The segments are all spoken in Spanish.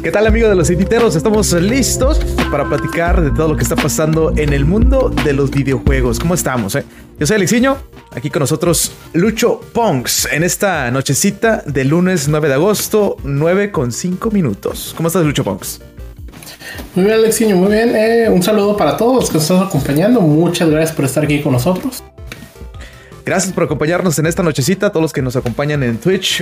¿Qué tal, amigo de los Ititeros? Estamos listos para platicar de todo lo que está pasando en el mundo de los videojuegos. ¿Cómo estamos, Yo soy Alexiño, aquí con nosotros Lucho Ponks en esta nochecita de lunes 9 de agosto, 9:05. ¿Cómo estás, Lucho Ponks? Muy bien, Alexiño, muy bien. Un saludo para todos los que nos están acompañando. Muchas gracias por estar aquí con nosotros. Gracias por acompañarnos en esta nochecita, todos los que nos acompañan en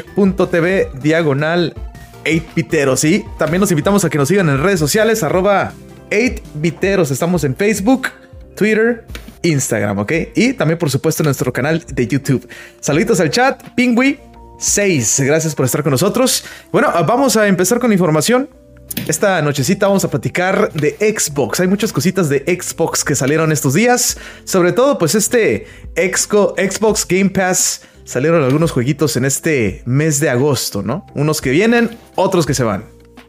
twitch.tv/8biteros. Y también los invitamos a que nos sigan en redes sociales, @8biteros. Estamos en Facebook, Twitter, Instagram, ¿ok? Y también, por supuesto, en nuestro canal de YouTube. Saluditos al chat, Pingui6. Gracias por estar con nosotros. Bueno, vamos a empezar con la información. Esta nochecita vamos a platicar de Xbox. Hay muchas cositas de Xbox que salieron estos días. Sobre todo, pues Xbox Game Pass. Salieron algunos jueguitos en este mes de agosto, ¿no? Unos que vienen, otros que se van.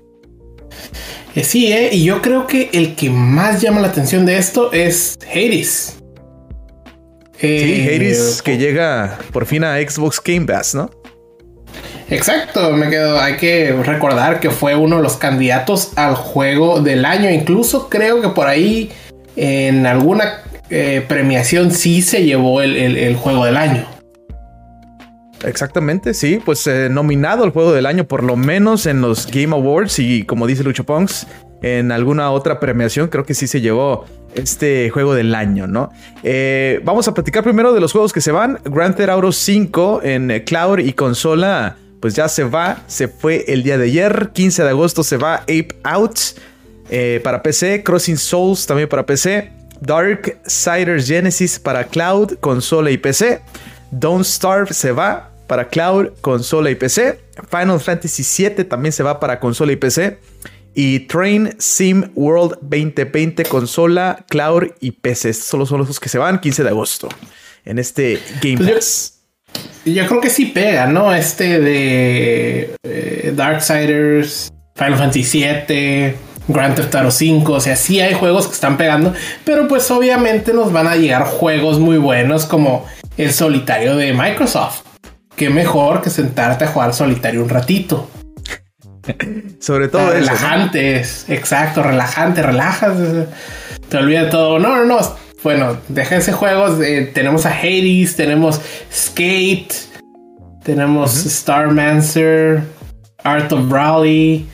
Sí, y yo creo que el que más llama la atención de esto es Hades. Sí, Hades que llega por fin a Xbox Game Pass, ¿no? Exacto, hay que recordar que fue uno de los candidatos al juego del año. Incluso creo que por ahí en alguna premiación sí se llevó el juego del año. Exactamente, sí, pues nominado al juego del año por lo menos en los Game Awards y, como dice Lucho Ponks, en alguna otra premiación creo que sí se llevó este juego del año, ¿no? Vamos a platicar primero de los juegos que se van. Grand Theft Auto 5 en cloud y consola, pues ya se fue el día de ayer, 15 de agosto se va Ape Out para PC, Crossing Souls también para PC, Darksiders Genesis para cloud, consola y PC, Don't Starve se va para cloud, consola y PC, Final Fantasy VII también se va para consola y PC, y Train Sim World 2020 consola, cloud y PC. Solo son los que se van 15 de agosto en este Game Pass. Yo creo que sí pega, ¿no? De Darksiders, Final Fantasy VII, Grand Theft Auto 5. O sea, sí hay juegos que están pegando, pero pues obviamente nos van a llegar juegos muy buenos como el solitario de Microsoft. Qué mejor que sentarte a jugar solitario un ratito. Sobre todo relajantes, ¿no? Exacto, relajante, relajas, te olvidas todo. No. Bueno, deja ese juego. Tenemos a Hades, tenemos Skate, tenemos Starmancer, Art of Brawley,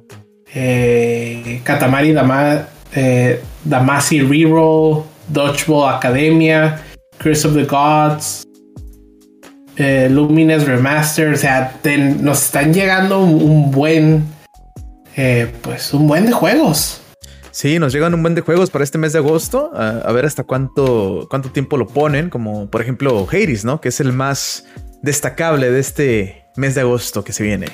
Katamari Damacy Reroll, Dodgeball Academia, Curse of the Gods, Lumines Remaster. O sea, nos están llegando un buen de juegos. Sí, nos llegan un buen de juegos para este mes de agosto. A ver hasta cuánto tiempo lo ponen. Como por ejemplo Hades, ¿no? Que es el más destacable de este mes de agosto que se viene.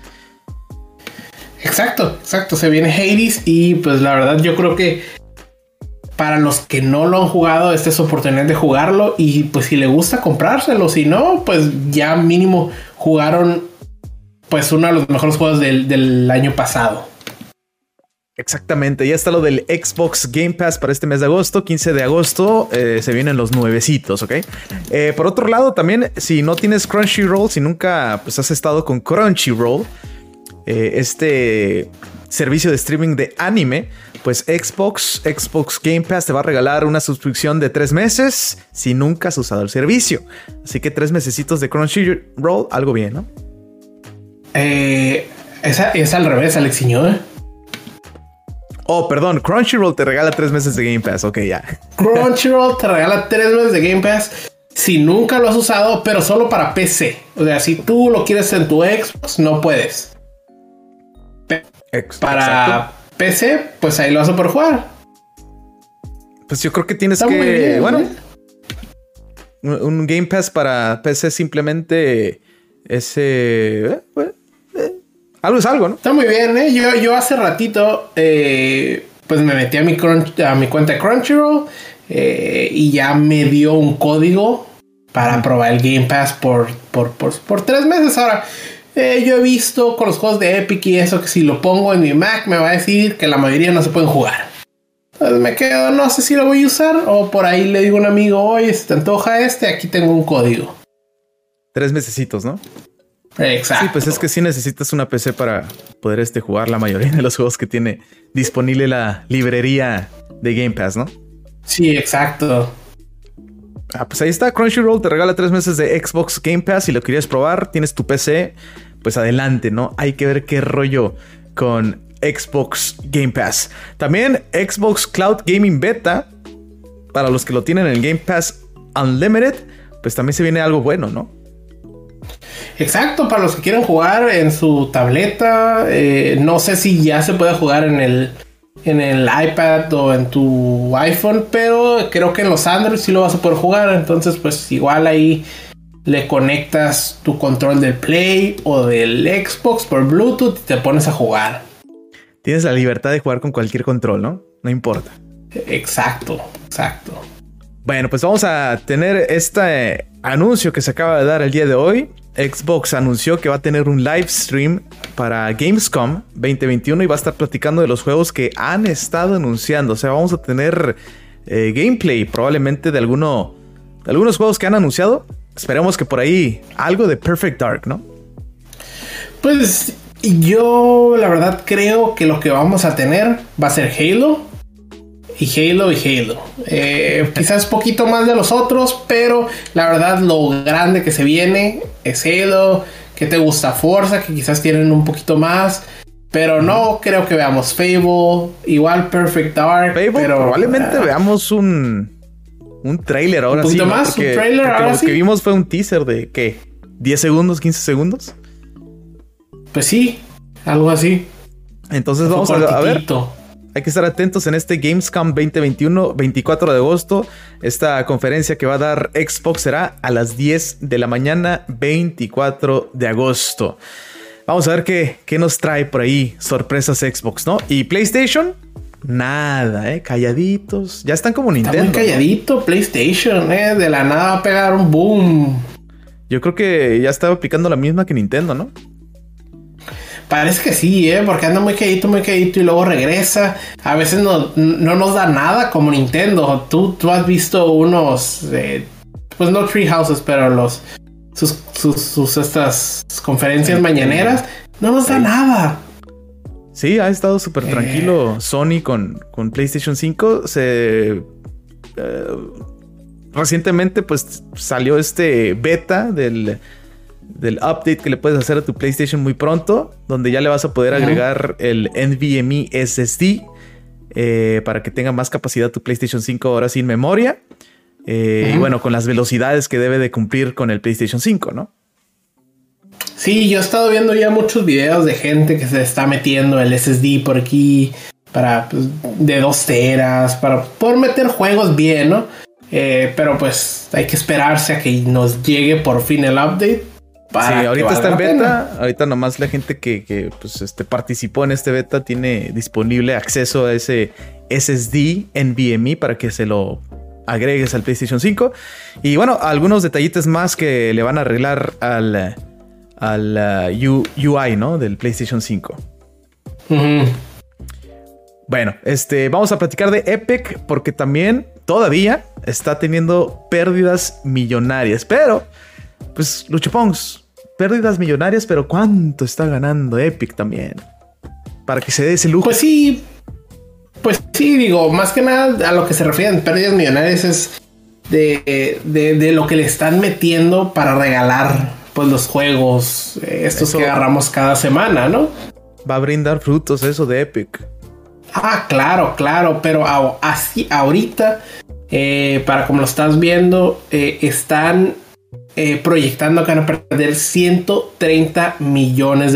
Exacto. Se viene Hades y pues la verdad yo creo que para los que no lo han jugado, esta es su oportunidad de jugarlo. Y pues si le gusta comprárselo. Si no, pues ya mínimo jugaron pues uno de los mejores juegos del año pasado. Exactamente, ya está lo del Xbox Game Pass para este mes de agosto, 15 de agosto, se vienen los nuevecitos, ¿ok? Por otro lado, también, si no tienes Crunchyroll, si nunca pues, has estado con Crunchyroll, este servicio de streaming de anime, pues Xbox Game Pass te va a regalar una suscripción de 3 meses si nunca has usado el servicio. Así que 3 mesecitos de Crunchyroll, algo bien, ¿no? Esa es al revés, Alexiño, Oh, perdón, Crunchyroll te regala 3 meses de Game Pass. Ok, ya. Crunchyroll te regala 3 meses de Game Pass si nunca lo has usado, pero solo para PC. O sea, si tú lo quieres en tu Xbox, no puedes. Para PC, pues ahí lo vas a poder jugar. Pues yo creo que tienes Está muy bien, un Game Pass para PC simplemente ese... algo es algo, ¿no? Está muy bien, ¿eh? Yo hace ratito pues me metí a mi cuenta de Crunchyroll y ya me dio un código para probar el Game Pass por 3 meses. Ahora, yo he visto con los juegos de Epic y eso que si lo pongo en mi Mac me va a decir que la mayoría no se pueden jugar. Entonces me quedo, no sé si lo voy a usar o por ahí le digo a un amigo, oye, si te antoja aquí tengo un código. 3 mesecitos, ¿no? Exacto. Sí, pues es que sí necesitas una PC para poder jugar la mayoría de los juegos que tiene disponible la librería de Game Pass, ¿no? Sí, exacto. Pues ahí está, Crunchyroll te regala 3 meses de Xbox Game Pass. Si lo querías probar, tienes tu PC, pues adelante, ¿no? Hay que ver qué rollo con Xbox Game Pass. También Xbox Cloud Gaming Beta, para los que lo tienen en el Game Pass Unlimited, pues también se viene algo bueno, ¿no? Exacto, para los que quieran jugar en su tableta, no sé si ya se puede jugar en el iPad o en tu iPhone, pero creo que en los Android sí lo vas a poder jugar. Entonces, pues igual ahí le conectas tu control del Play o del Xbox por Bluetooth y te pones a jugar. Tienes la libertad de jugar con cualquier control, ¿no? No importa. Exacto. Bueno, pues vamos a tener este anuncio que se acaba de dar el día de hoy. Xbox anunció que va a tener un live stream para Gamescom 2021 y va a estar platicando de los juegos que han estado anunciando. O sea, vamos a tener gameplay probablemente de algunos juegos que han anunciado. Esperemos que por ahí algo de Perfect Dark, ¿no? Pues yo la verdad creo que lo que vamos a tener va a ser Halo. Quizás poquito más de los otros, pero la verdad lo grande que se viene es Halo. ¿Qué te gusta? Forza, que quizás tienen un poquito más, pero no creo que veamos Fable, igual Perfect Dark. Fable, pero probablemente veamos un trailer ahora sí. Un poquito más, porque, un trailer porque ahora lo sí. que vimos fue un teaser de ¿qué? ¿10 segundos? ¿15 segundos? Pues sí, algo así. Entonces vamos a ver. Hay que estar atentos en este Gamescom 2021, 24 de agosto. Esta conferencia que va a dar Xbox será a las 10 de la mañana, 24 de agosto. Vamos a ver qué nos trae por ahí sorpresas Xbox, ¿no? Y PlayStation, nada, calladitos. Ya están como Nintendo. Está muy calladito, ¿no? PlayStation, de la nada va a pegar un boom. Yo creo que ya estaba aplicando la misma que Nintendo, ¿no? Parece que sí, porque anda muy calladito y luego regresa. A veces no nos da nada como Nintendo. Tú has visto unos, pues no Treehouses, pero sus estas conferencias mañaneras. No nos da nada. Sí, ha estado súper tranquilo Sony con PlayStation 5. Recientemente pues salió este beta del update que le puedes hacer a tu PlayStation muy pronto, donde ya le vas a poder agregar el NVMe SSD para que tenga más capacidad tu PlayStation 5 ahora sin memoria. Y bueno, con las velocidades que debe de cumplir con el PlayStation 5, ¿no? Sí, yo he estado viendo ya muchos videos de gente que se está metiendo el SSD por aquí para pues, de 2 teras para poder meter juegos bien, ¿no? Pero pues hay que esperarse a que nos llegue por fin el update. Sí, ahorita está en beta. Ahorita nomás la gente que pues, participó en este beta tiene disponible acceso a ese SSD NVMe para que se lo agregues al PlayStation 5. Y bueno, algunos detallitos más que le van a arreglar al UI, ¿no? Del PlayStation 5. Bueno, vamos a platicar de Epic porque también todavía está teniendo pérdidas millonarias. Pero, pues, Luchopongs, pérdidas millonarias, pero ¿cuánto está ganando Epic también? Para que se dé ese lujo. Pues sí, digo, más que nada a lo que se refieren pérdidas millonarias es de lo que le están metiendo para regalar pues los juegos estos eso que agarramos cada semana, ¿no? Va a brindar frutos eso de Epic. Ah, claro, pero así ahorita, para como lo estás viendo, están proyectando que van a perder $130 millones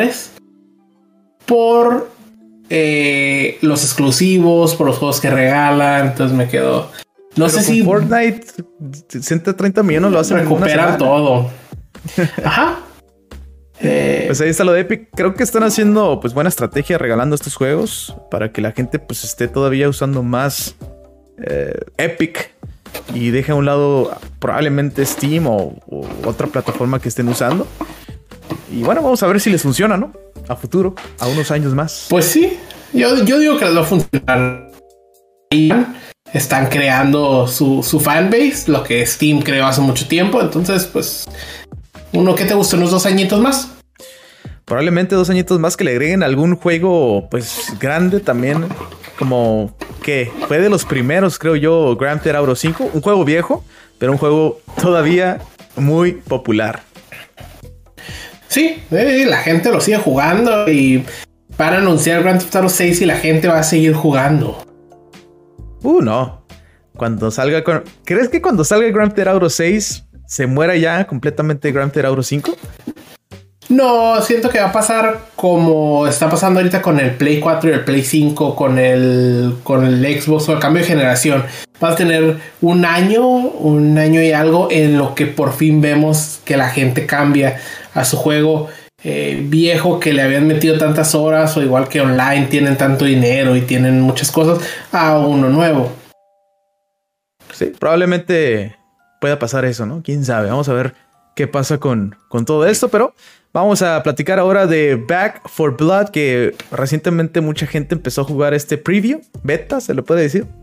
por los exclusivos, por los juegos que regalan. Entonces me quedo... No sé si Fortnite 130 millones lo hacen recuperan todo. Ajá. Pues ahí está lo de Epic. Creo que están haciendo pues buena estrategia regalando estos juegos para que la gente pues esté todavía usando más Epic y deje a un lado probablemente Steam o otra plataforma que estén usando. Y bueno, vamos a ver si les funciona, ¿no? A futuro, a unos años más. Pues sí, yo digo que les va a funcionar. Están creando su fanbase, lo que Steam creó hace mucho tiempo. Entonces, pues Uno que te gustó, unos 2 añitos más. Probablemente 2 añitos más, que le agreguen algún juego pues grande también. Como que fue de los primeros, creo yo, Grand Theft Auto 5. Un juego viejo, pero un juego todavía muy popular. Sí, la gente lo sigue jugando y van a anunciar Grand Theft Auto 6 y la gente va a seguir jugando. No. Cuando salga... ¿Crees que cuando salga Grand Theft Auto 6 se muera ya completamente Grand Theft Auto 5? No, siento que va a pasar como está pasando ahorita con el Play 4 y el Play 5, con el Xbox o el cambio de generación. Vas a tener un año y algo en lo que por fin vemos que la gente cambia a su juego viejo que le habían metido tantas horas, o igual que online tienen tanto dinero y tienen muchas cosas, a uno nuevo. Sí, probablemente pueda pasar eso, ¿no? Quién sabe. Vamos a ver qué pasa con todo esto, pero vamos a platicar ahora de Back 4 Blood, que recientemente mucha gente empezó a jugar este preview, beta, ¿se le puede decir?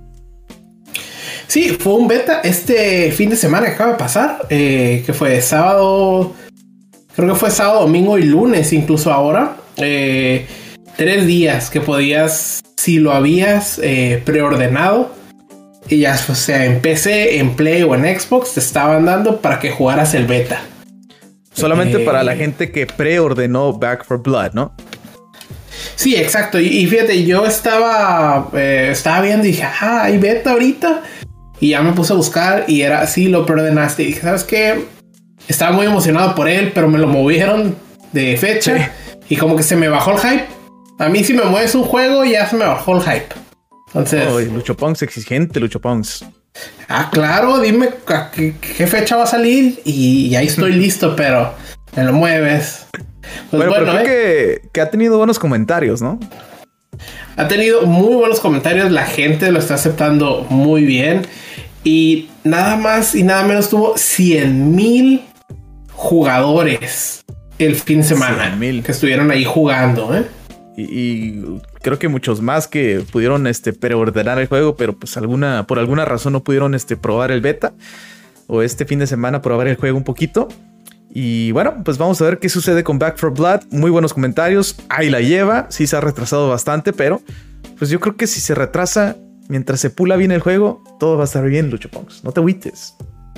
Sí, fue un beta este fin de semana que acaba de pasar, que fue sábado, creo que fue sábado, domingo y lunes incluso ahora. 3 días que podías, si lo habías preordenado, y ya o sea en PC, en Play o en Xbox, te estaban dando para que jugaras el beta. Solamente para la gente que preordenó Back 4 Blood, ¿no? Sí, exacto. Y fíjate, yo estaba viendo y dije, hay beta ahorita. Y ya me puse a buscar y era así, lo preordenaste. Y dije, ¿sabes qué? Estaba muy emocionado por él, pero me lo movieron de fecha. Sí. Y como que se me bajó el hype. A mí si me mueves un juego, ya se me bajó el hype. Entonces... Lucho Ponks, exigente, Lucho Ponks. Claro, dime qué fecha va a salir y ahí estoy listo, pero me lo mueves. Pues bueno, pero creo que ha tenido buenos comentarios, ¿no? Ha tenido muy buenos comentarios, la gente lo está aceptando muy bien y nada más y nada menos tuvo 100,000 jugadores el fin de semana 100,000 que estuvieron ahí jugando, Y creo que muchos más que pudieron preordenar el juego, pero pues por alguna razón no pudieron probar el beta o este fin de semana probar el juego un poquito. Y bueno, pues vamos a ver qué sucede con Back 4 Blood. Muy buenos comentarios, ahí la lleva. Sí se ha retrasado bastante, pero pues yo creo que si se retrasa, mientras se pula bien el juego, todo va a estar bien, Lucho Ponks. No te agüites.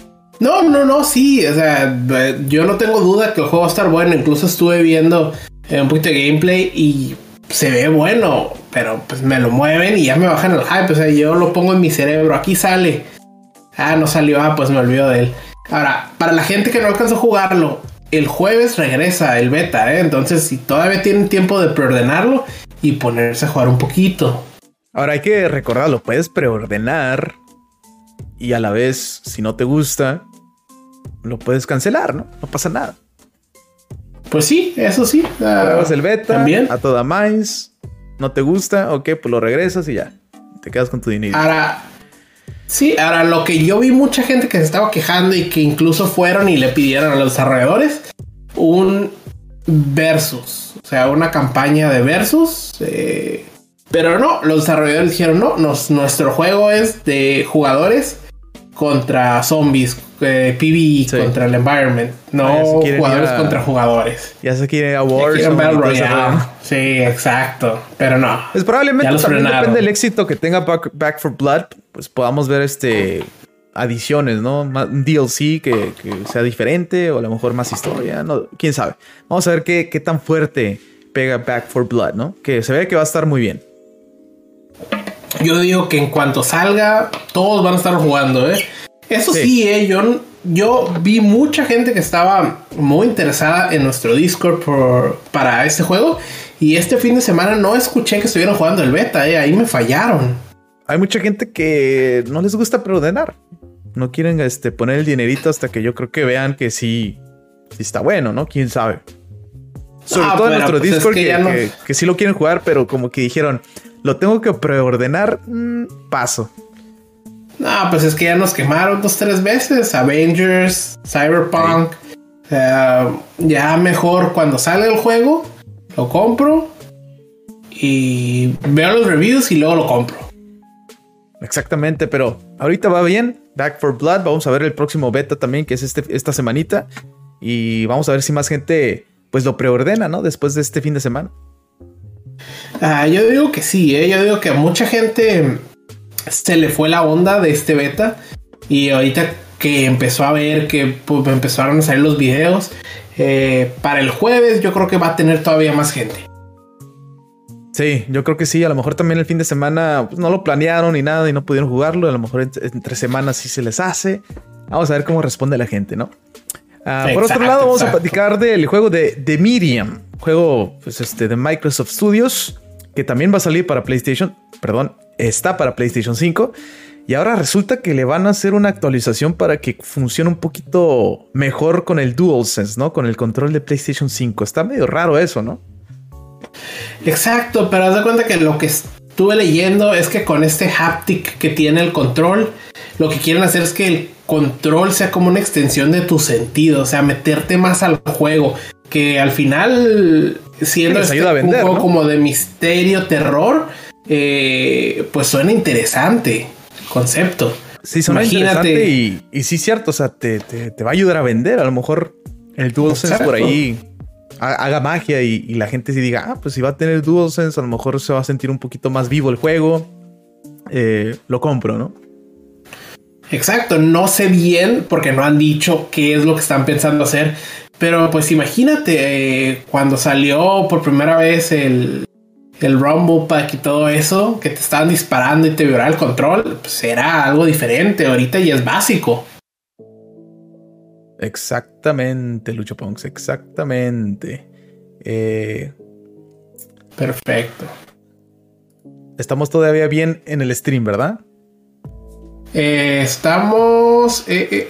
No, sí, o sea, yo no tengo duda que el juego va a estar bueno. Incluso estuve viendo un poquito de gameplay y se ve bueno, pero pues me lo mueven y ya me bajan el hype. O sea, yo lo pongo en mi cerebro, aquí sale. No salió, pues me olvido de él. Ahora, para la gente que no alcanzó a jugarlo, el jueves regresa el beta, entonces si todavía tienen tiempo de preordenarlo y ponerse a jugar un poquito. Ahora hay que recordarlo, puedes preordenar y a la vez, si no te gusta, lo puedes cancelar, ¿no? No pasa nada. Pues sí, eso sí. Pruebas el beta, también. A toda más. No te gusta, ok, pues lo regresas y ya. Te quedas con tu dinero. Ahora lo que yo vi mucha gente que se estaba quejando y que incluso fueron y le pidieron a los desarrolladores un versus. O sea, una campaña de versus. Pero no, los desarrolladores dijeron no, nuestro juego es de jugadores contra zombies, PvE, sí, contra el environment, no jugadores contra jugadores. Ya se quiere a Wars. Sí, exacto, pero no. Pues probablemente también depende del éxito que tenga Back 4 Blood, pues podamos ver adiciones, ¿no? Un DLC que sea diferente o a lo mejor más historia, no, quién sabe. Vamos a ver qué tan fuerte pega Back 4 Blood, ¿no? Que se ve que va a estar muy bien. Yo digo que en cuanto salga, todos van a estar jugando, Eso sí, yo vi mucha gente que estaba muy interesada en nuestro Discord para este juego. Y este fin de semana no escuché que estuvieran jugando el beta, ahí me fallaron. Hay mucha gente que no les gusta preordenar. No quieren poner el dinerito hasta que yo creo que vean que sí está bueno, ¿no? Quién sabe. Sobre todo en nuestro pues Discord que sí lo quieren jugar, pero como que dijeron, lo tengo que preordenar, paso. No, pues es que ya nos quemaron 2-3 veces. Avengers, Cyberpunk. Sí. Ya mejor cuando salga el juego, lo compro y veo los reviews y luego lo compro. Exactamente, pero ahorita va bien. Back 4 Blood, vamos a ver el próximo beta también, que es esta semanita. y vamos a ver si más gente pues lo preordena, ¿no? Después de este fin de semana. Yo digo que sí, yo digo que a mucha gente se le fue la onda de este beta y ahorita que empezó a ver que pues, empezaron a salir los videos para el jueves, yo creo que va a tener todavía más gente. Sí, yo creo que sí. A lo mejor también el fin de semana pues, no lo planearon ni nada y no pudieron jugarlo. A lo mejor entre semanas sí se les hace. Vamos a ver cómo responde la gente, ¿no? Por otro lado, vamos a platicar del juego de The Medium, juego pues, de Microsoft Studios, que también va a salir para PlayStation. Perdón, está para PlayStation 5. Y ahora resulta que le van a hacer una actualización para que funcione un poquito mejor con el DualSense, ¿no? Con el control de PlayStation 5. Está medio raro eso, ¿no? Exacto, pero haz de cuenta que lo que estuve leyendo es que con este haptic que tiene el control, lo que quieren hacer es que el control sea como una extensión de tu sentido, o sea, meterte más al juego, que al final, siendo ayuda a vender, un juego, ¿no?, como de misterio, terror, pues suena interesante el concepto. Sí, suena interesante y sí, cierto, o sea, te va a ayudar a vender. A lo mejor el DualSense por ahí haga magia y la gente sí diga, pues si va a tener DualSense, a lo mejor se va a sentir un poquito más vivo el juego. Lo compro, ¿no? Exacto, no sé bien porque no han dicho qué es lo que están pensando hacer, pero pues imagínate cuando salió por primera vez el Rumble Pack y todo eso, que te estaban disparando y te vibraba el control, pues era algo diferente. Ahorita ya es básico. Exactamente, Lucho Ponks, exactamente. Perfecto. Estamos todavía bien en el stream, ¿verdad? Estamos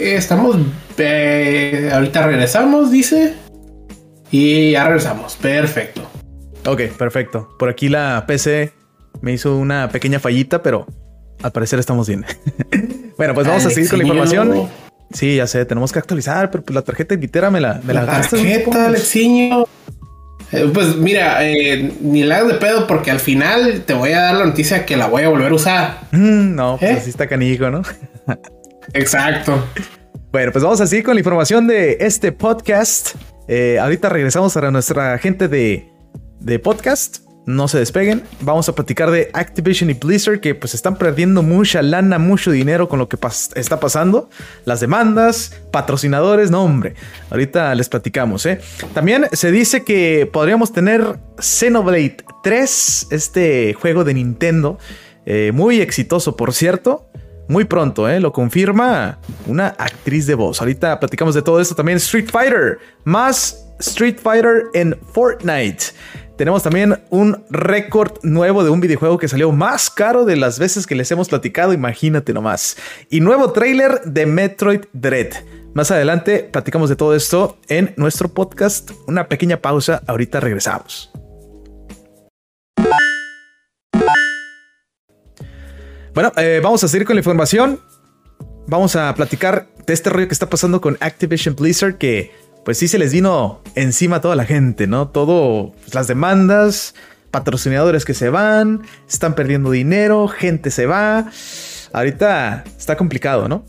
ahorita regresamos, dice. Y ya regresamos. Perfecto. Ok, perfecto. Por aquí la PC me hizo una pequeña fallita, pero al parecer estamos bien. Bueno, pues vamos a seguir con la información. Sí, ya sé, tenemos que actualizar, pero pues la tarjeta bitera me la tarjeta, Alexiño. Pues mira, ni la hagas de pedo porque al final te voy a dar la noticia que la voy a volver a usar. No, pues así está canijo, ¿no? Exacto. Bueno, pues vamos a seguir con la información de este podcast. Ahorita regresamos a nuestra gente de podcast. No se despeguen. Vamos a platicar de Activision y Blizzard, que pues están perdiendo mucha lana, mucho dinero con lo que está pasando. Las demandas, patrocinadores, no hombre. Ahorita les platicamos, ¿eh? También se dice que podríamos tener Xenoblade 3, este juego de Nintendo, muy exitoso, por cierto. Muy pronto, lo confirma una actriz de voz. Ahorita platicamos de todo esto. También Street Fighter, más Street Fighter en Fortnite. Tenemos también un récord nuevo de un videojuego que salió más caro de las veces que les hemos platicado, imagínate nomás. Y nuevo tráiler de Metroid Dread. Más adelante platicamos de todo esto en nuestro podcast. Una pequeña pausa, ahorita regresamos. Bueno, vamos a seguir con la información. Vamos a platicar de este rollo que está pasando con Activision Blizzard, que pues sí se les vino encima a toda la gente, ¿no? Todo, pues, las demandas, patrocinadores que se van, están perdiendo dinero, gente se va. Ahorita está complicado, ¿no?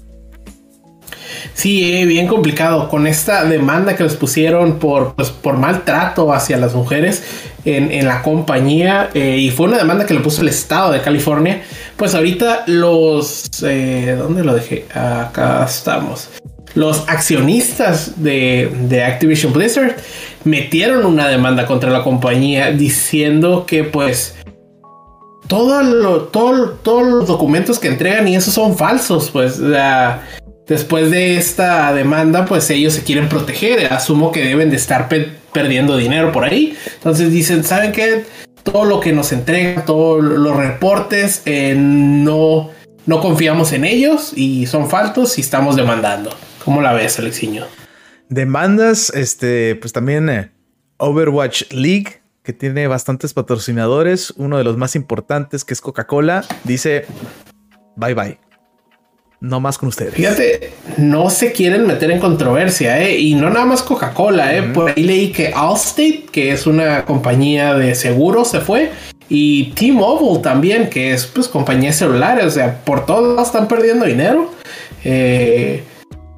Sí, bien complicado. Con esta demanda que les pusieron por maltrato hacia las mujeres en la compañía, y fue una demanda que le puso el estado de California. Pues ahorita ¿dónde lo dejé? Acá estamos. Los accionistas de Activision Blizzard metieron una demanda contra la compañía diciendo que pues todos los documentos que entregan y esos son falsos. Pues después de esta demanda, pues ellos se quieren proteger. Asumo que deben de estar perdiendo dinero por ahí. Entonces dicen, ¿saben qué? Todo lo que nos entregan, todos los reportes, no confiamos en ellos y son falsos y estamos demandando. ¿Cómo la ves, Alexiño? Demandas, pues también Overwatch League, que tiene bastantes patrocinadores. Uno de los más importantes, que es Coca-Cola, dice bye bye. No más con ustedes. Fíjate, no se quieren meter en controversia, y no nada más Coca-Cola, Por ahí leí que Allstate, que es una compañía de seguros, se fue. Y T-Mobile también, que es pues compañía de celulares. O sea, por todos están perdiendo dinero.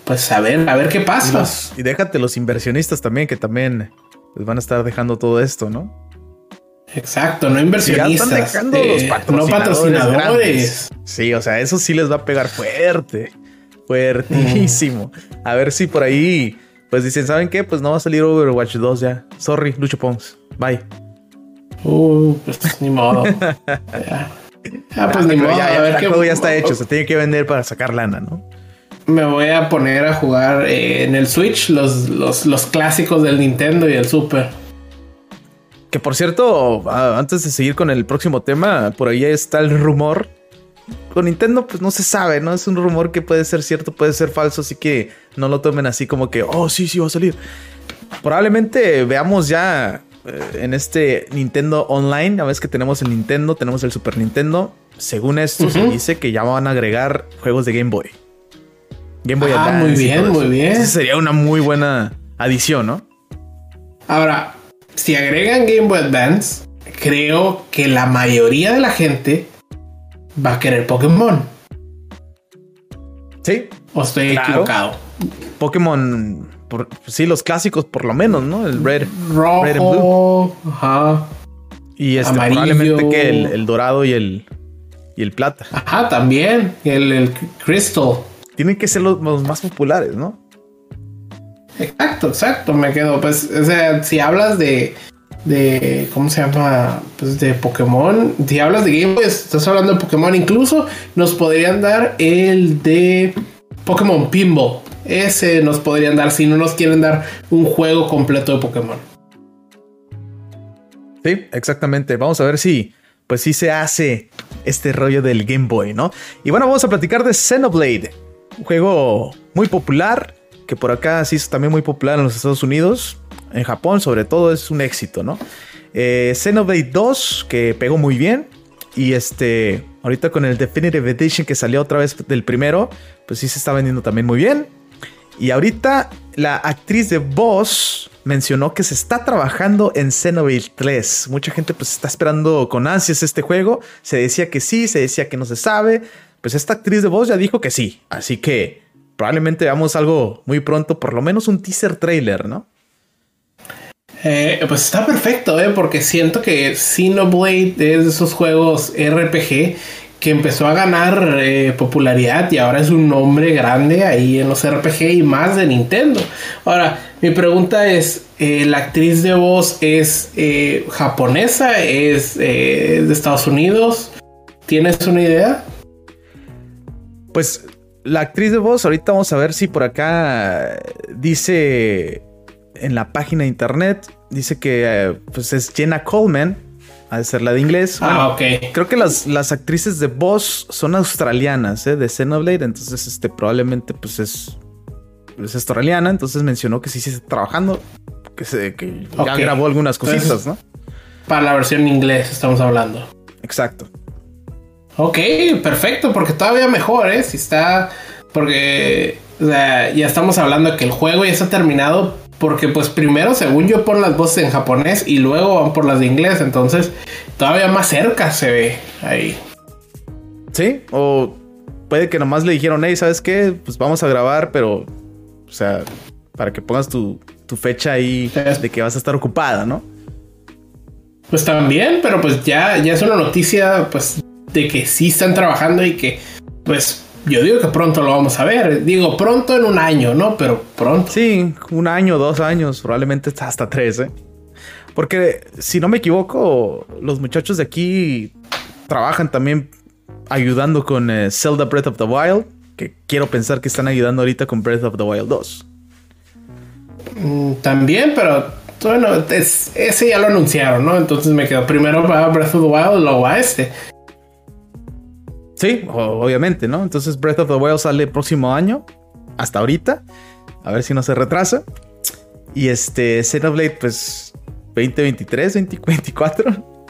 pues a ver qué pasa. Y déjate los inversionistas también, que también pues, van a estar dejando todo esto, ¿no? Exacto, no inversionistas. Ya están dejando los patrocinadores. No patrocinadores. Sí, o sea, eso sí les va a pegar fuerte. Fuertísimo. A ver si por ahí, pues dicen, ¿saben qué? Pues no va a salir Overwatch 2 ya. Sorry, Lucho Pons. Bye. Pues ni modo. Pues ni modo. Ya, el juego ya está hecho. Se tiene que vender para sacar lana, ¿no? Me voy a poner a jugar en el Switch los clásicos del Nintendo y el Super. Que por cierto, antes de seguir con el próximo tema, por ahí está el rumor. Con Nintendo, pues no se sabe, ¿no? Es un rumor que puede ser cierto, puede ser falso, así que no lo tomen así como que, oh, sí, va a salir. Probablemente veamos ya en este Nintendo Online, a veces que tenemos el Nintendo, tenemos el Super Nintendo. Según esto, se dice que ya van a agregar juegos de Game Boy. Game Boy Advance. Muy bien, muy bien. Entonces sería una muy buena adición, ¿no? Ahora, si agregan Game Boy Advance, creo que la mayoría de la gente va a querer Pokémon. Sí. ¿O estoy equivocado? Pokémon, sí, los clásicos por lo menos, ¿no? El Rojo, Red and Blue. Ajá. Y probablemente que el dorado y el plata. Ajá, también. El Crystal. Tienen que ser los más populares, ¿no? Exacto. Me quedo. Pues, o sea, si hablas de ¿cómo se llama? Pues de Pokémon. Si hablas de Game Boy, estás hablando de Pokémon. Incluso nos podrían dar el de Pokémon Pinball. Ese nos podrían dar si no nos quieren dar un juego completo de Pokémon. Sí, exactamente. Vamos a ver si pues sí se hace este rollo del Game Boy, ¿no? Y bueno, vamos a platicar de Xenoblade. Un juego muy popular, que por acá se hizo también muy popular en los Estados Unidos. En Japón, sobre todo, es un éxito, ¿no? Xenoblade 2, que pegó muy bien. Y ahorita con el Definitive Edition que salió otra vez del primero, pues sí se está vendiendo también muy bien. Y ahorita la actriz de voz mencionó que se está trabajando en Xenoblade 3. Mucha gente pues está esperando con ansias este juego. Se decía que sí, se decía que no se sabe. Pues esta actriz de voz ya dijo que sí. Así que probablemente veamos algo muy pronto, por lo menos un teaser trailer, ¿no? Pues está perfecto, porque siento que Xenoblade es de esos juegos RPG que empezó a ganar popularidad y ahora es un nombre grande ahí en los RPG y más de Nintendo. Ahora, mi pregunta es, ¿la actriz de voz es japonesa? ¿Es de Estados Unidos? ¿Tienes una idea? Pues la actriz de voz, ahorita vamos a ver si por acá dice en la página de internet, dice que pues es Jenna Coleman, ha de ser la de inglés. Bueno, ok. Creo que las actrices de voz son australianas, de Xenoblade, entonces probablemente pues es australiana, entonces mencionó que sí está trabajando, que ya grabó algunas cositas, entonces, ¿no? Para la versión en inglés estamos hablando. Exacto. Ok, perfecto, porque todavía mejor, si está... Porque o sea, ya estamos hablando de que el juego ya está terminado, porque pues primero, según yo, ponen las voces en japonés y luego van por las de inglés, entonces todavía más cerca se ve ahí. Sí, o puede que nomás le dijeron, hey, ¿sabes qué? Pues vamos a grabar, pero, o sea, para que pongas tu fecha ahí de que vas a estar ocupada, ¿no? Pues también, pero pues ya es una noticia, pues, de que sí están trabajando y que, pues, yo digo que pronto lo vamos a ver. Digo, pronto en un año, ¿no? Pero pronto. Sí, 1 año, 2 años, probablemente hasta 3, Porque, si no me equivoco, los muchachos de aquí trabajan también ayudando con Zelda Breath of the Wild, que quiero pensar que están ayudando ahorita con Breath of the Wild 2. También, pero bueno, ese ya lo anunciaron, ¿no? Entonces me quedo primero para Breath of the Wild, luego a Sí, obviamente, ¿no? Entonces Breath of the Wild sale el próximo año, hasta ahorita, a ver si no se retrasa. Y Xenoblade, pues 2023, 2024.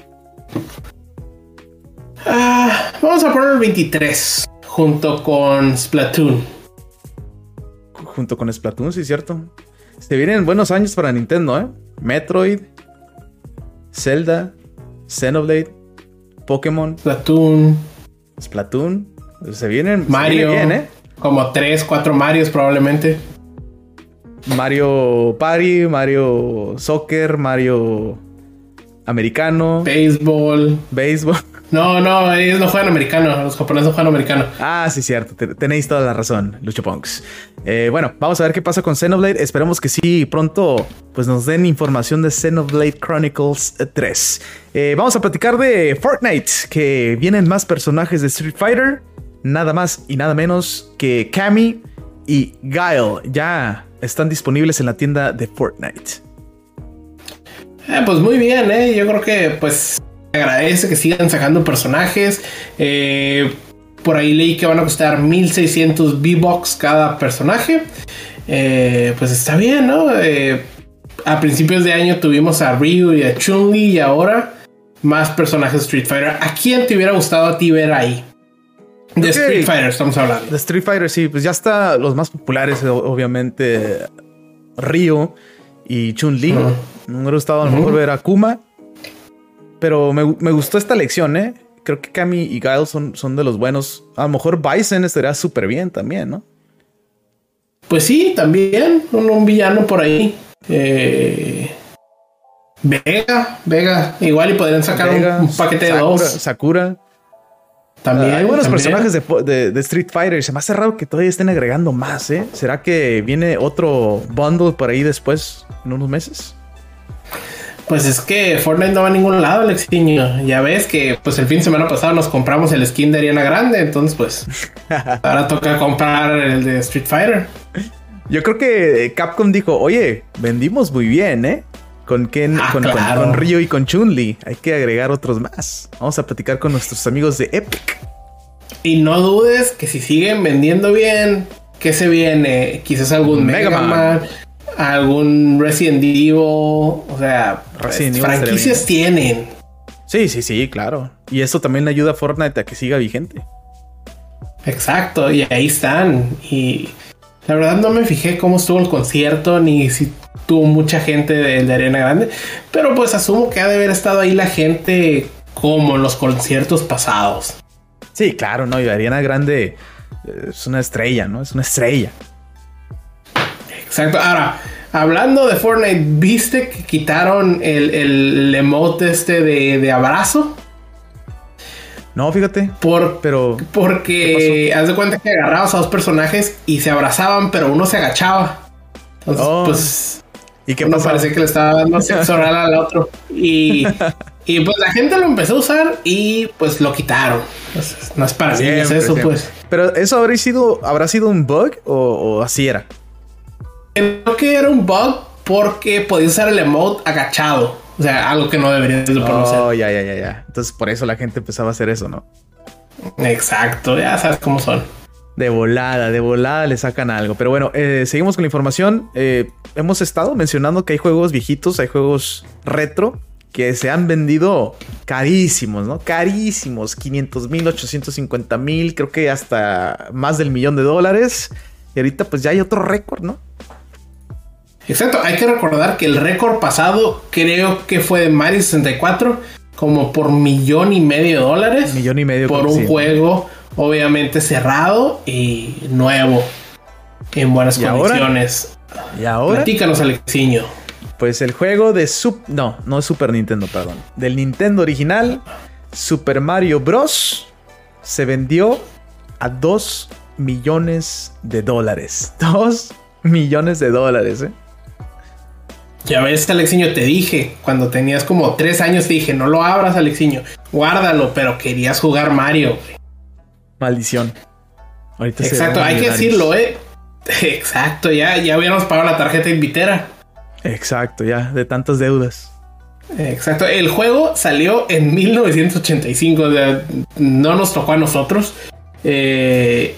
Vamos a poner el 23 junto con Splatoon. Junto con Splatoon, sí, cierto. Se vienen buenos años para Nintendo, Metroid, Zelda, Xenoblade, Pokémon, Splatoon. Se vienen Mario. Se viene bien, Como 3, 4 Marios probablemente. Mario Party, Mario Soccer, Mario Americano. Béisbol. No, ellos no juegan americano. Los japoneses no juegan americano. Ah, sí, cierto. Tenéis toda la razón, Lucho Punks. Bueno, vamos a ver qué pasa con Xenoblade. Esperemos que sí pronto pues nos den información de Xenoblade Chronicles 3. Vamos a platicar de Fortnite, que vienen más personajes de Street Fighter. Nada más y nada menos que Cammy y Guile. Ya están disponibles en la tienda de Fortnite. Pues muy bien, yo creo que pues agradece que sigan sacando personajes. Por ahí leí que van a costar 1600 V-Bucks cada personaje. Pues está bien, ¿no? A principios de año tuvimos a Ryu y a Chun-Li y ahora más personajes de Street Fighter. ¿A quién te hubiera gustado a ti ver ahí? De Street Fighter estamos hablando. De Street Fighter, sí, pues ya está los más populares, obviamente Ryu y Chun-Li. Me hubiera gustado a lo mejor ver a Kuma. Pero me gustó esta elección, ¿eh? Creo que Cammy y Guile son de los buenos. A lo mejor Bison estaría súper bien también, ¿no? Pues sí, también. Un villano por ahí. Vega. Igual y podrían sacar un paquete de dos. Sakura. También. Hay buenos personajes de Street Fighter. Se me hace raro que todavía estén agregando más, ¿eh? ¿Será que viene otro bundle por ahí después, en unos meses? Pues es que Fortnite no va a ningún lado, Alexiño. Ya ves que pues el fin de semana pasado nos compramos el skin de Ariana Grande. Entonces pues ahora toca comprar el de Street Fighter. Yo creo que Capcom dijo, oye, vendimos muy bien, ¿eh? Con Ryu y con Chun-Li. Hay que agregar otros más. Vamos a platicar con nuestros amigos de Epic. Y no dudes que si siguen vendiendo bien, ¿qué se viene? Quizás algún Mega Man, algún Resident Evil. O sea, franquicias tienen. Sí, claro. Y eso también ayuda a Fortnite a que siga vigente. Exacto, y ahí están. Y la verdad no me fijé cómo estuvo el concierto, ni si tuvo mucha gente de Arena Grande. Pero pues asumo que ha de haber estado ahí la gente como en los conciertos pasados. Sí, claro, no. Y Arena Grande es una estrella, ¿no? Es una estrella. Exacto. Ahora, hablando de Fortnite, ¿viste que quitaron el emote de abrazo? No, fíjate. Porque haz de cuenta que agarrabas a dos personajes y se abrazaban, pero uno se agachaba. Entonces, pues... ¿Y qué pasó? Parece que le estaba dando sexo oral al otro. Y pues la gente lo empezó a usar y pues lo quitaron. Pues, no es para niños eso, pues. Pero ¿eso habrá sido un bug o así era? Creo que era un bug porque podías usar el emote agachado. O sea, algo que no deberías de conocer. Oh, ya. Entonces por eso la gente empezaba a hacer eso, ¿no? Exacto, ya sabes cómo son. De volada le sacan algo. Pero bueno, seguimos con la información. Hemos estado mencionando que hay juegos viejitos, hay juegos retro que se han vendido carísimos, ¿no? Carísimos, 500,000, 850,000, creo que hasta más del $1,000,000. Y ahorita pues ya hay otro récord, ¿no? Exacto, hay que recordar que el récord pasado creo que fue de Mario 64, como por $1,500,000. $1,500,000 por un juego obviamente cerrado y nuevo, en buenas condiciones. ¿Y ahora? Platícanos, Alexiño. Pues el juego de no es Super Nintendo, perdón. Del Nintendo original, Super Mario Bros. Se vendió a $2,000,000. $2,000,000, ¿eh? Ya ves, Alexiño, te dije, cuando tenías como 3 años, te dije, no lo abras, Alexiño, guárdalo, pero querías jugar Mario. Maldición. Ahorita exacto, hay que decirlo, Exacto, ya habíamos pagado la tarjeta Invitera. Exacto, ya, de tantas deudas. Exacto, el juego salió en 1985, o sea, no nos tocó a nosotros. Pues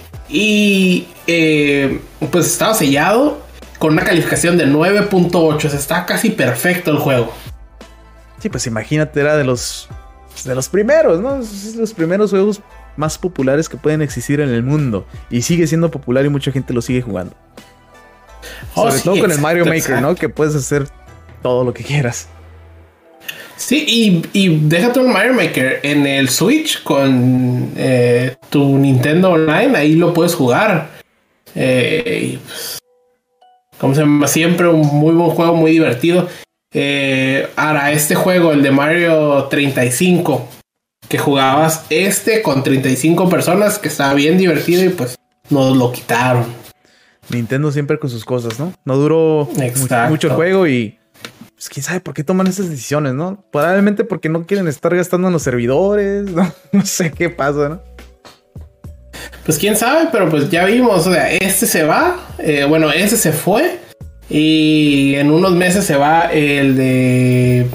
estaba sellado con una calificación de 9.8, o sea, está casi perfecto el juego. Sí, pues imagínate, era de los primeros, ¿no? Los primeros juegos más populares que pueden existir en el mundo. Y sigue siendo popular y mucha gente lo sigue jugando. Sobre todo con el Mario Maker, ¿no? Que puedes hacer todo lo que quieras. Sí, y déjate un Mario Maker en el Switch con tu Nintendo Online, ahí lo puedes jugar. Y pues, ¿cómo se llama? Siempre un muy buen juego, muy divertido. Ahora, este juego, el de Mario 35, que jugabas con 35 personas, que estaba bien divertido y pues nos lo quitaron. Nintendo siempre con sus cosas, ¿no? No duró mucho el juego y pues quién sabe por qué toman esas decisiones, ¿no? Probablemente porque no quieren estar gastando en los servidores, no sé qué pasa, ¿no? Pues quién sabe, pero pues ya vimos, o sea, este se va, ese se fue y en unos meses se va el de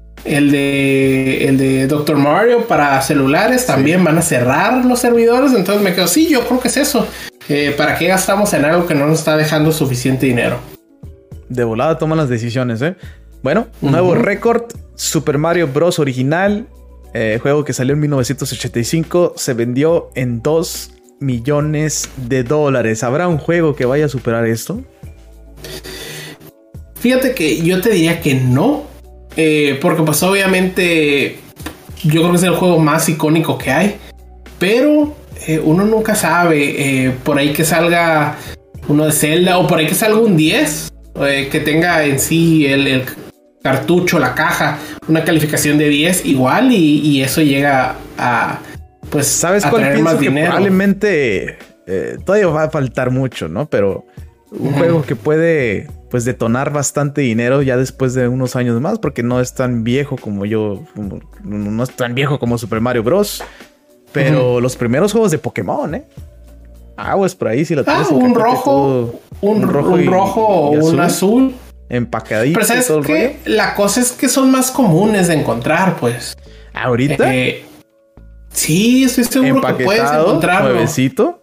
Dr. Mario para celulares, también van a cerrar los servidores, entonces me quedo, sí, yo creo que es eso. ¿Para qué gastamos en algo que no nos está dejando suficiente dinero? De volada toman las decisiones, ¿eh? Bueno, nuevo récord, Super Mario Bros. Original, juego que salió en 1985, se vendió en $2 millones. ¿Habrá un juego que vaya a superar esto? Fíjate que yo te diría que no, porque pues obviamente yo creo que es el juego más icónico que hay, pero uno nunca sabe, por ahí que salga uno de Zelda o por ahí que salga un 10, que tenga en sí el cartucho, la caja, una calificación de 10 igual y eso llega a pues ¿sabes cuál pienso que probablemente todavía va a faltar mucho, ¿no? Pero un juego que puede pues detonar bastante dinero ya después de unos años más, porque no es tan viejo no es tan viejo como Super Mario Bros. Pero los primeros juegos de Pokémon, pues por ahí si lo tienes. Un rojo o un azul. Empacadito. Pero ¿sabes qué? La cosa es que son más comunes de encontrar, pues. ¿Ahorita? Sí, estoy seguro que puedes encontrarlo. Nuevecito.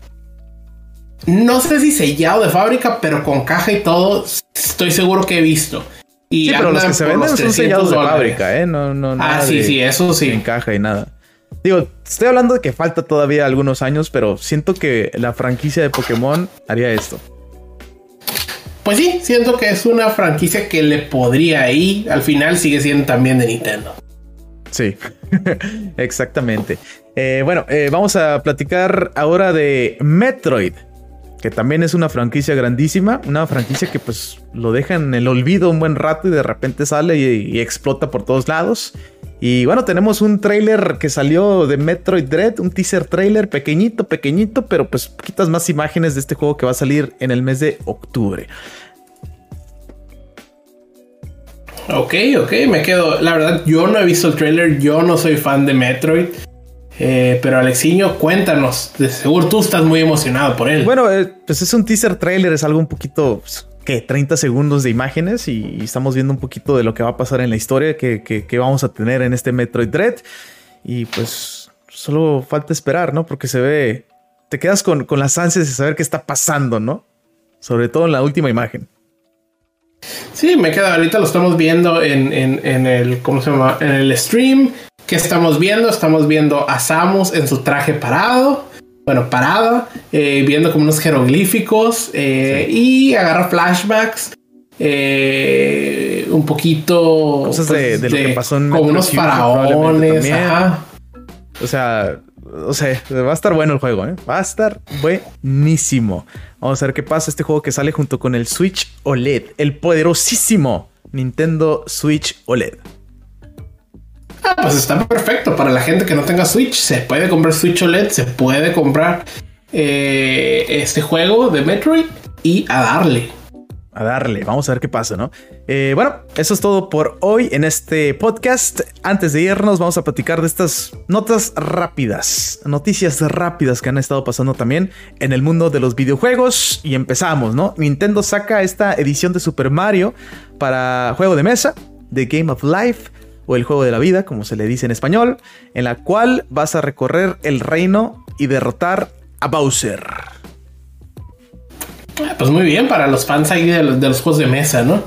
No sé si sellado de fábrica, pero con caja y todo, estoy seguro que he visto. Y sí, pero los que se venden son sellados de fábrica, No. Sí, eso sí. En caja y nada. Digo, estoy hablando de que falta todavía algunos años, pero siento que la franquicia de Pokémon haría esto. Pues sí, siento que es una franquicia que le podría ir. Al final sigue siendo también de Nintendo. Sí, exactamente. Vamos a platicar ahora de Metroid, que también es una franquicia grandísima, una franquicia que pues lo deja en el olvido un buen rato y de repente sale y explota por todos lados. Y bueno, tenemos un tráiler que salió de Metroid Dread, un teaser trailer pequeñito, pero pues poquitas más imágenes de este juego que va a salir en el mes de octubre. Ok, me quedo. La verdad, yo no he visto el tráiler, yo no soy fan de Metroid. Pero Alexiño, cuéntanos, de seguro tú estás muy emocionado por él. Bueno, pues es un teaser trailer, es algo un poquito... Pues, ¿qué? 30 segundos de imágenes y estamos viendo un poquito de lo que va a pasar en la historia que vamos a tener en este Metroid Dread. Y pues solo falta esperar, ¿no? Porque se ve... Te quedas con las ansias de saber qué está pasando, ¿no? Sobre todo en la última imagen. Sí, me queda. Ahorita lo estamos viendo en el... ¿Cómo se llama? En el stream. ¿Qué estamos viendo? Estamos viendo a Samus en su traje parada, viendo como unos jeroglíficos y agarra flashbacks, un poquito cosas pues, de lo que pasó en como unos faraones. O sea, va a estar bueno el juego, va a estar buenísimo. Vamos a ver qué pasa este juego que sale junto con el Switch OLED, el poderosísimo Nintendo Switch OLED. Pues está perfecto para la gente que no tenga Switch. Se puede comprar Switch OLED, se puede comprar este juego de Metroid y a darle. Vamos a ver qué pasa, ¿no? Bueno, eso es todo por hoy en este podcast. Antes de irnos, vamos a platicar de estas noticias rápidas que han estado pasando también en el mundo de los videojuegos. Y empezamos, ¿no? Nintendo saca esta edición de Super Mario para juego de mesa, The Game of Life, o el juego de la vida, como se le dice en español, en la cual vas a recorrer el reino y derrotar a Bowser. Pues muy bien, para los fans ahí de los juegos de mesa, ¿no?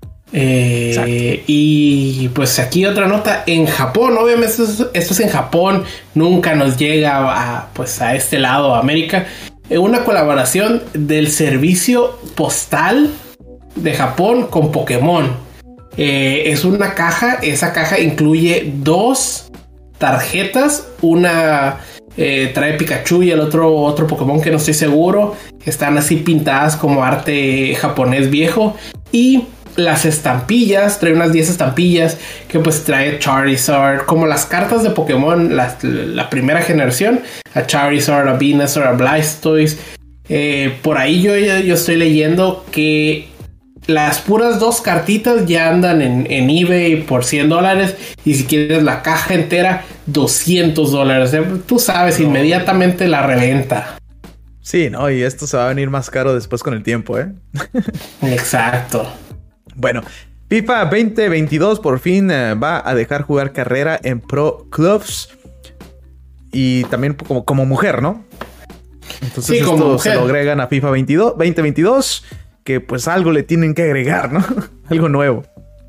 Y pues aquí otra nota, en Japón, obviamente esto es en Japón, nunca nos llega a este lado, a América, una colaboración del servicio postal de Japón con Pokémon. Es una caja, esa caja incluye 2 tarjetas, una trae Pikachu y el otro Pokémon que no estoy seguro. Están así pintadas como arte japonés viejo. Y las estampillas, trae unas 10 estampillas que pues trae Charizard, como las cartas de Pokémon, la primera generación, a Charizard, a Venusaur, a Blastoise. Por ahí yo estoy leyendo que las puras 2 cartitas ya andan en eBay por $100. Y si quieres la caja entera, $200. Tú sabes, no. Inmediatamente la reventa. Sí, no, y esto se va a venir más caro después con el tiempo, ¿eh? Exacto. Bueno, FIFA 2022 por fin va a dejar jugar carrera en Pro Clubs. Y también como mujer, ¿no? Entonces sí, esto se lo agregan a FIFA 2022. Que pues algo le tienen que agregar, ¿no? Algo nuevo.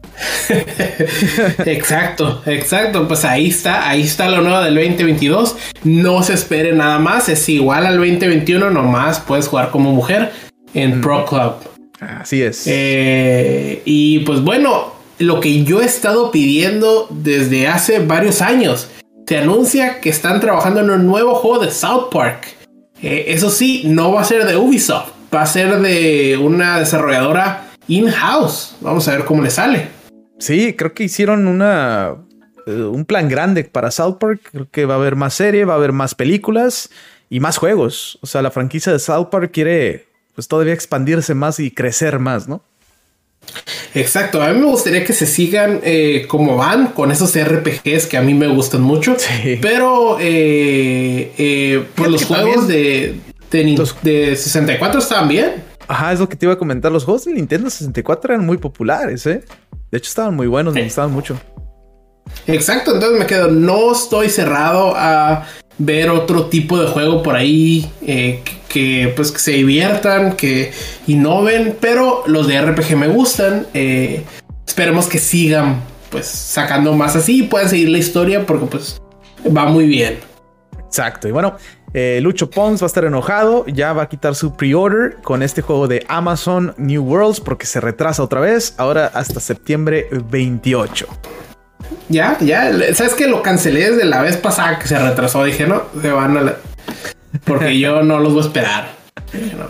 Exacto. Pues ahí está lo nuevo del 2022. No se espere nada más. Es igual al 2021, nomás puedes jugar como mujer en Pro Club. Así es. Y pues bueno, lo que yo he estado pidiendo desde hace varios años. Se anuncia que están trabajando en un nuevo juego de South Park. Eso sí, no va a ser de Ubisoft. Va a ser de una desarrolladora in-house. Vamos a ver cómo le sale. Sí, creo que hicieron un plan grande para South Park. Creo que va a haber más serie, va a haber más películas y más juegos. O sea, la franquicia de South Park quiere pues todavía expandirse más y crecer más, ¿no? Exacto. A mí me gustaría que se sigan como van con esos RPGs que a mí me gustan mucho. Sí. Pero pues los juegos de 64 estaban bien. Ajá, es lo que te iba a comentar. Los juegos de Nintendo 64 eran muy populares, ¿eh? De hecho, estaban muy buenos, me gustaban mucho. Exacto, entonces me quedo. No estoy cerrado a ver otro tipo de juego por ahí que se diviertan, que innoven, pero los de RPG me gustan. Esperemos que sigan pues sacando más así y puedan seguir la historia porque pues va muy bien. Exacto, y bueno, Lucho Pons va a estar enojado, ya va a quitar su pre-order con este juego de Amazon New Worlds porque se retrasa otra vez, ahora hasta septiembre 28. Ya, ¿sabes que lo cancelé desde la vez pasada que se retrasó? Dije, no, se van a la... Porque yo no los voy a esperar. No.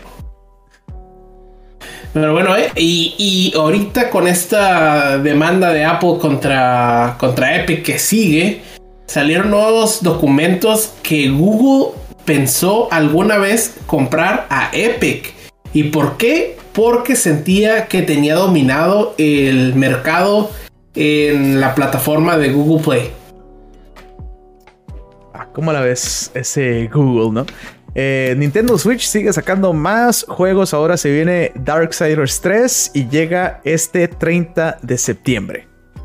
Pero bueno, y ahorita con esta demanda de Apple contra Epic que sigue, salieron nuevos documentos que Google pensó alguna vez comprar a Epic. ¿Y por qué? Porque sentía que tenía dominado el mercado en la plataforma de Google Play. ¿Cómo la ves ese Google, no? Nintendo Switch sigue sacando más juegos. Ahora se viene Darksiders 3 y llega este 30 de septiembre.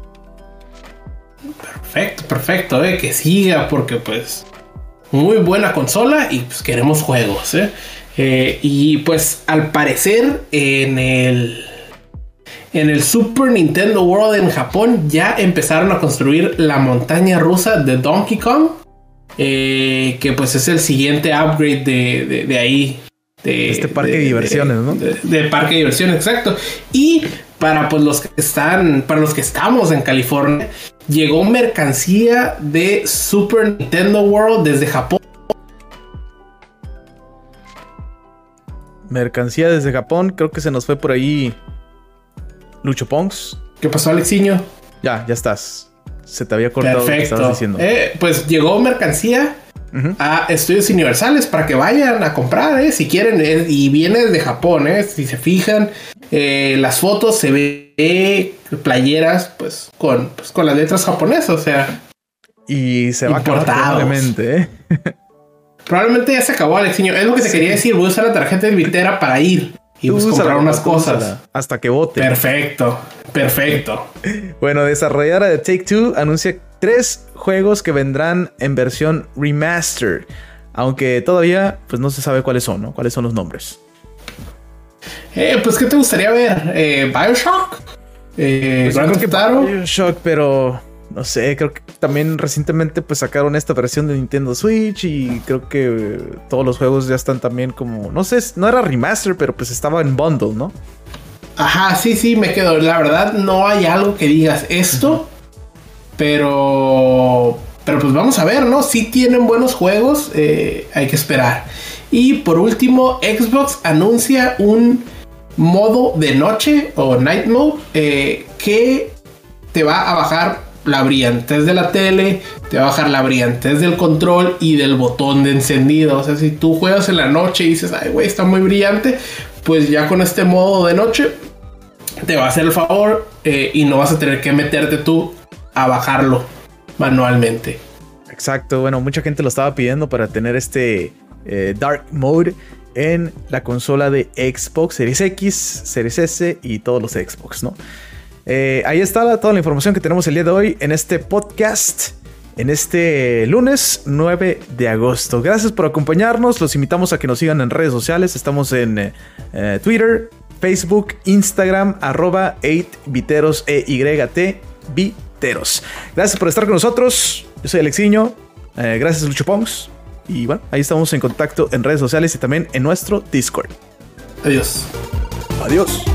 Perfecto, que siga porque pues muy buena consola y pues queremos juegos, y pues al parecer en el Super Nintendo World en Japón ya empezaron a construir la montaña rusa de Donkey Kong, que pues es el siguiente upgrade de ahí. De este parque de diversiones, ¿no? De parque de diversiones, exacto. Y para pues los que estamos en California, llegó mercancía de Super Nintendo World desde Japón. Mercancía desde Japón, creo que se nos fue por ahí Lucho Ponks. ¿Qué pasó, Alexiño? Ya estás. Se te había cortado lo que estabas diciendo. Pues llegó mercancía a Estudios Universales para que vayan a comprar, si quieren, y viene desde Japón, si se fijan, las fotos se ve playeras pues con las letras japonesas, o sea, y se va a acabar probablemente, probablemente ya se acabó, Alexiño. Es lo que te quería decir. Voy a usar la tarjeta de Vitera para ir y pues comprar unas cosas hasta que vote. Perfecto. Bueno, desarrolladora de Take-Two anuncia 3 juegos que vendrán en versión remaster, aunque todavía pues no se sabe cuáles son, ¿no? ¿Cuáles son los nombres? Pues ¿qué te gustaría ver? ¿BioShock? Pues creo que BioShock, pero no sé, creo que también recientemente pues sacaron esta versión de Nintendo Switch y creo que todos los juegos ya están también como, no sé, no era remaster, pero pues estaba en bundle, ¿no? Ajá, sí, me quedo. La verdad no hay algo que digas esto, pero Pero pues vamos a ver, ¿no? Si tienen buenos juegos, hay que esperar. Y por último, Xbox anuncia un modo de noche o night mode que te va a bajar la brillantez de la tele, te va a bajar la brillantez del control y del botón de encendido. O sea, si tú juegas en la noche y dices, ay, güey, está muy brillante, pues ya con este modo de noche te va a hacer el favor y no vas a tener que meterte tú a bajarlo manualmente. Exacto, bueno, mucha gente lo estaba pidiendo para tener este Dark Mode en la consola de Xbox Series X, Series S y todos los Xbox, ¿no? Ahí está toda la información que tenemos el día de hoy en este podcast, en este lunes 9 de agosto. Gracias por acompañarnos, los invitamos a que nos sigan en redes sociales. Estamos en Twitter, Facebook, Instagram, @8viteros, EYT Viteros. Gracias por estar con nosotros. Yo soy Alexiño. Gracias, Lucho Pongs. Y bueno, ahí estamos en contacto en redes sociales y también en nuestro Discord. Adiós. Adiós.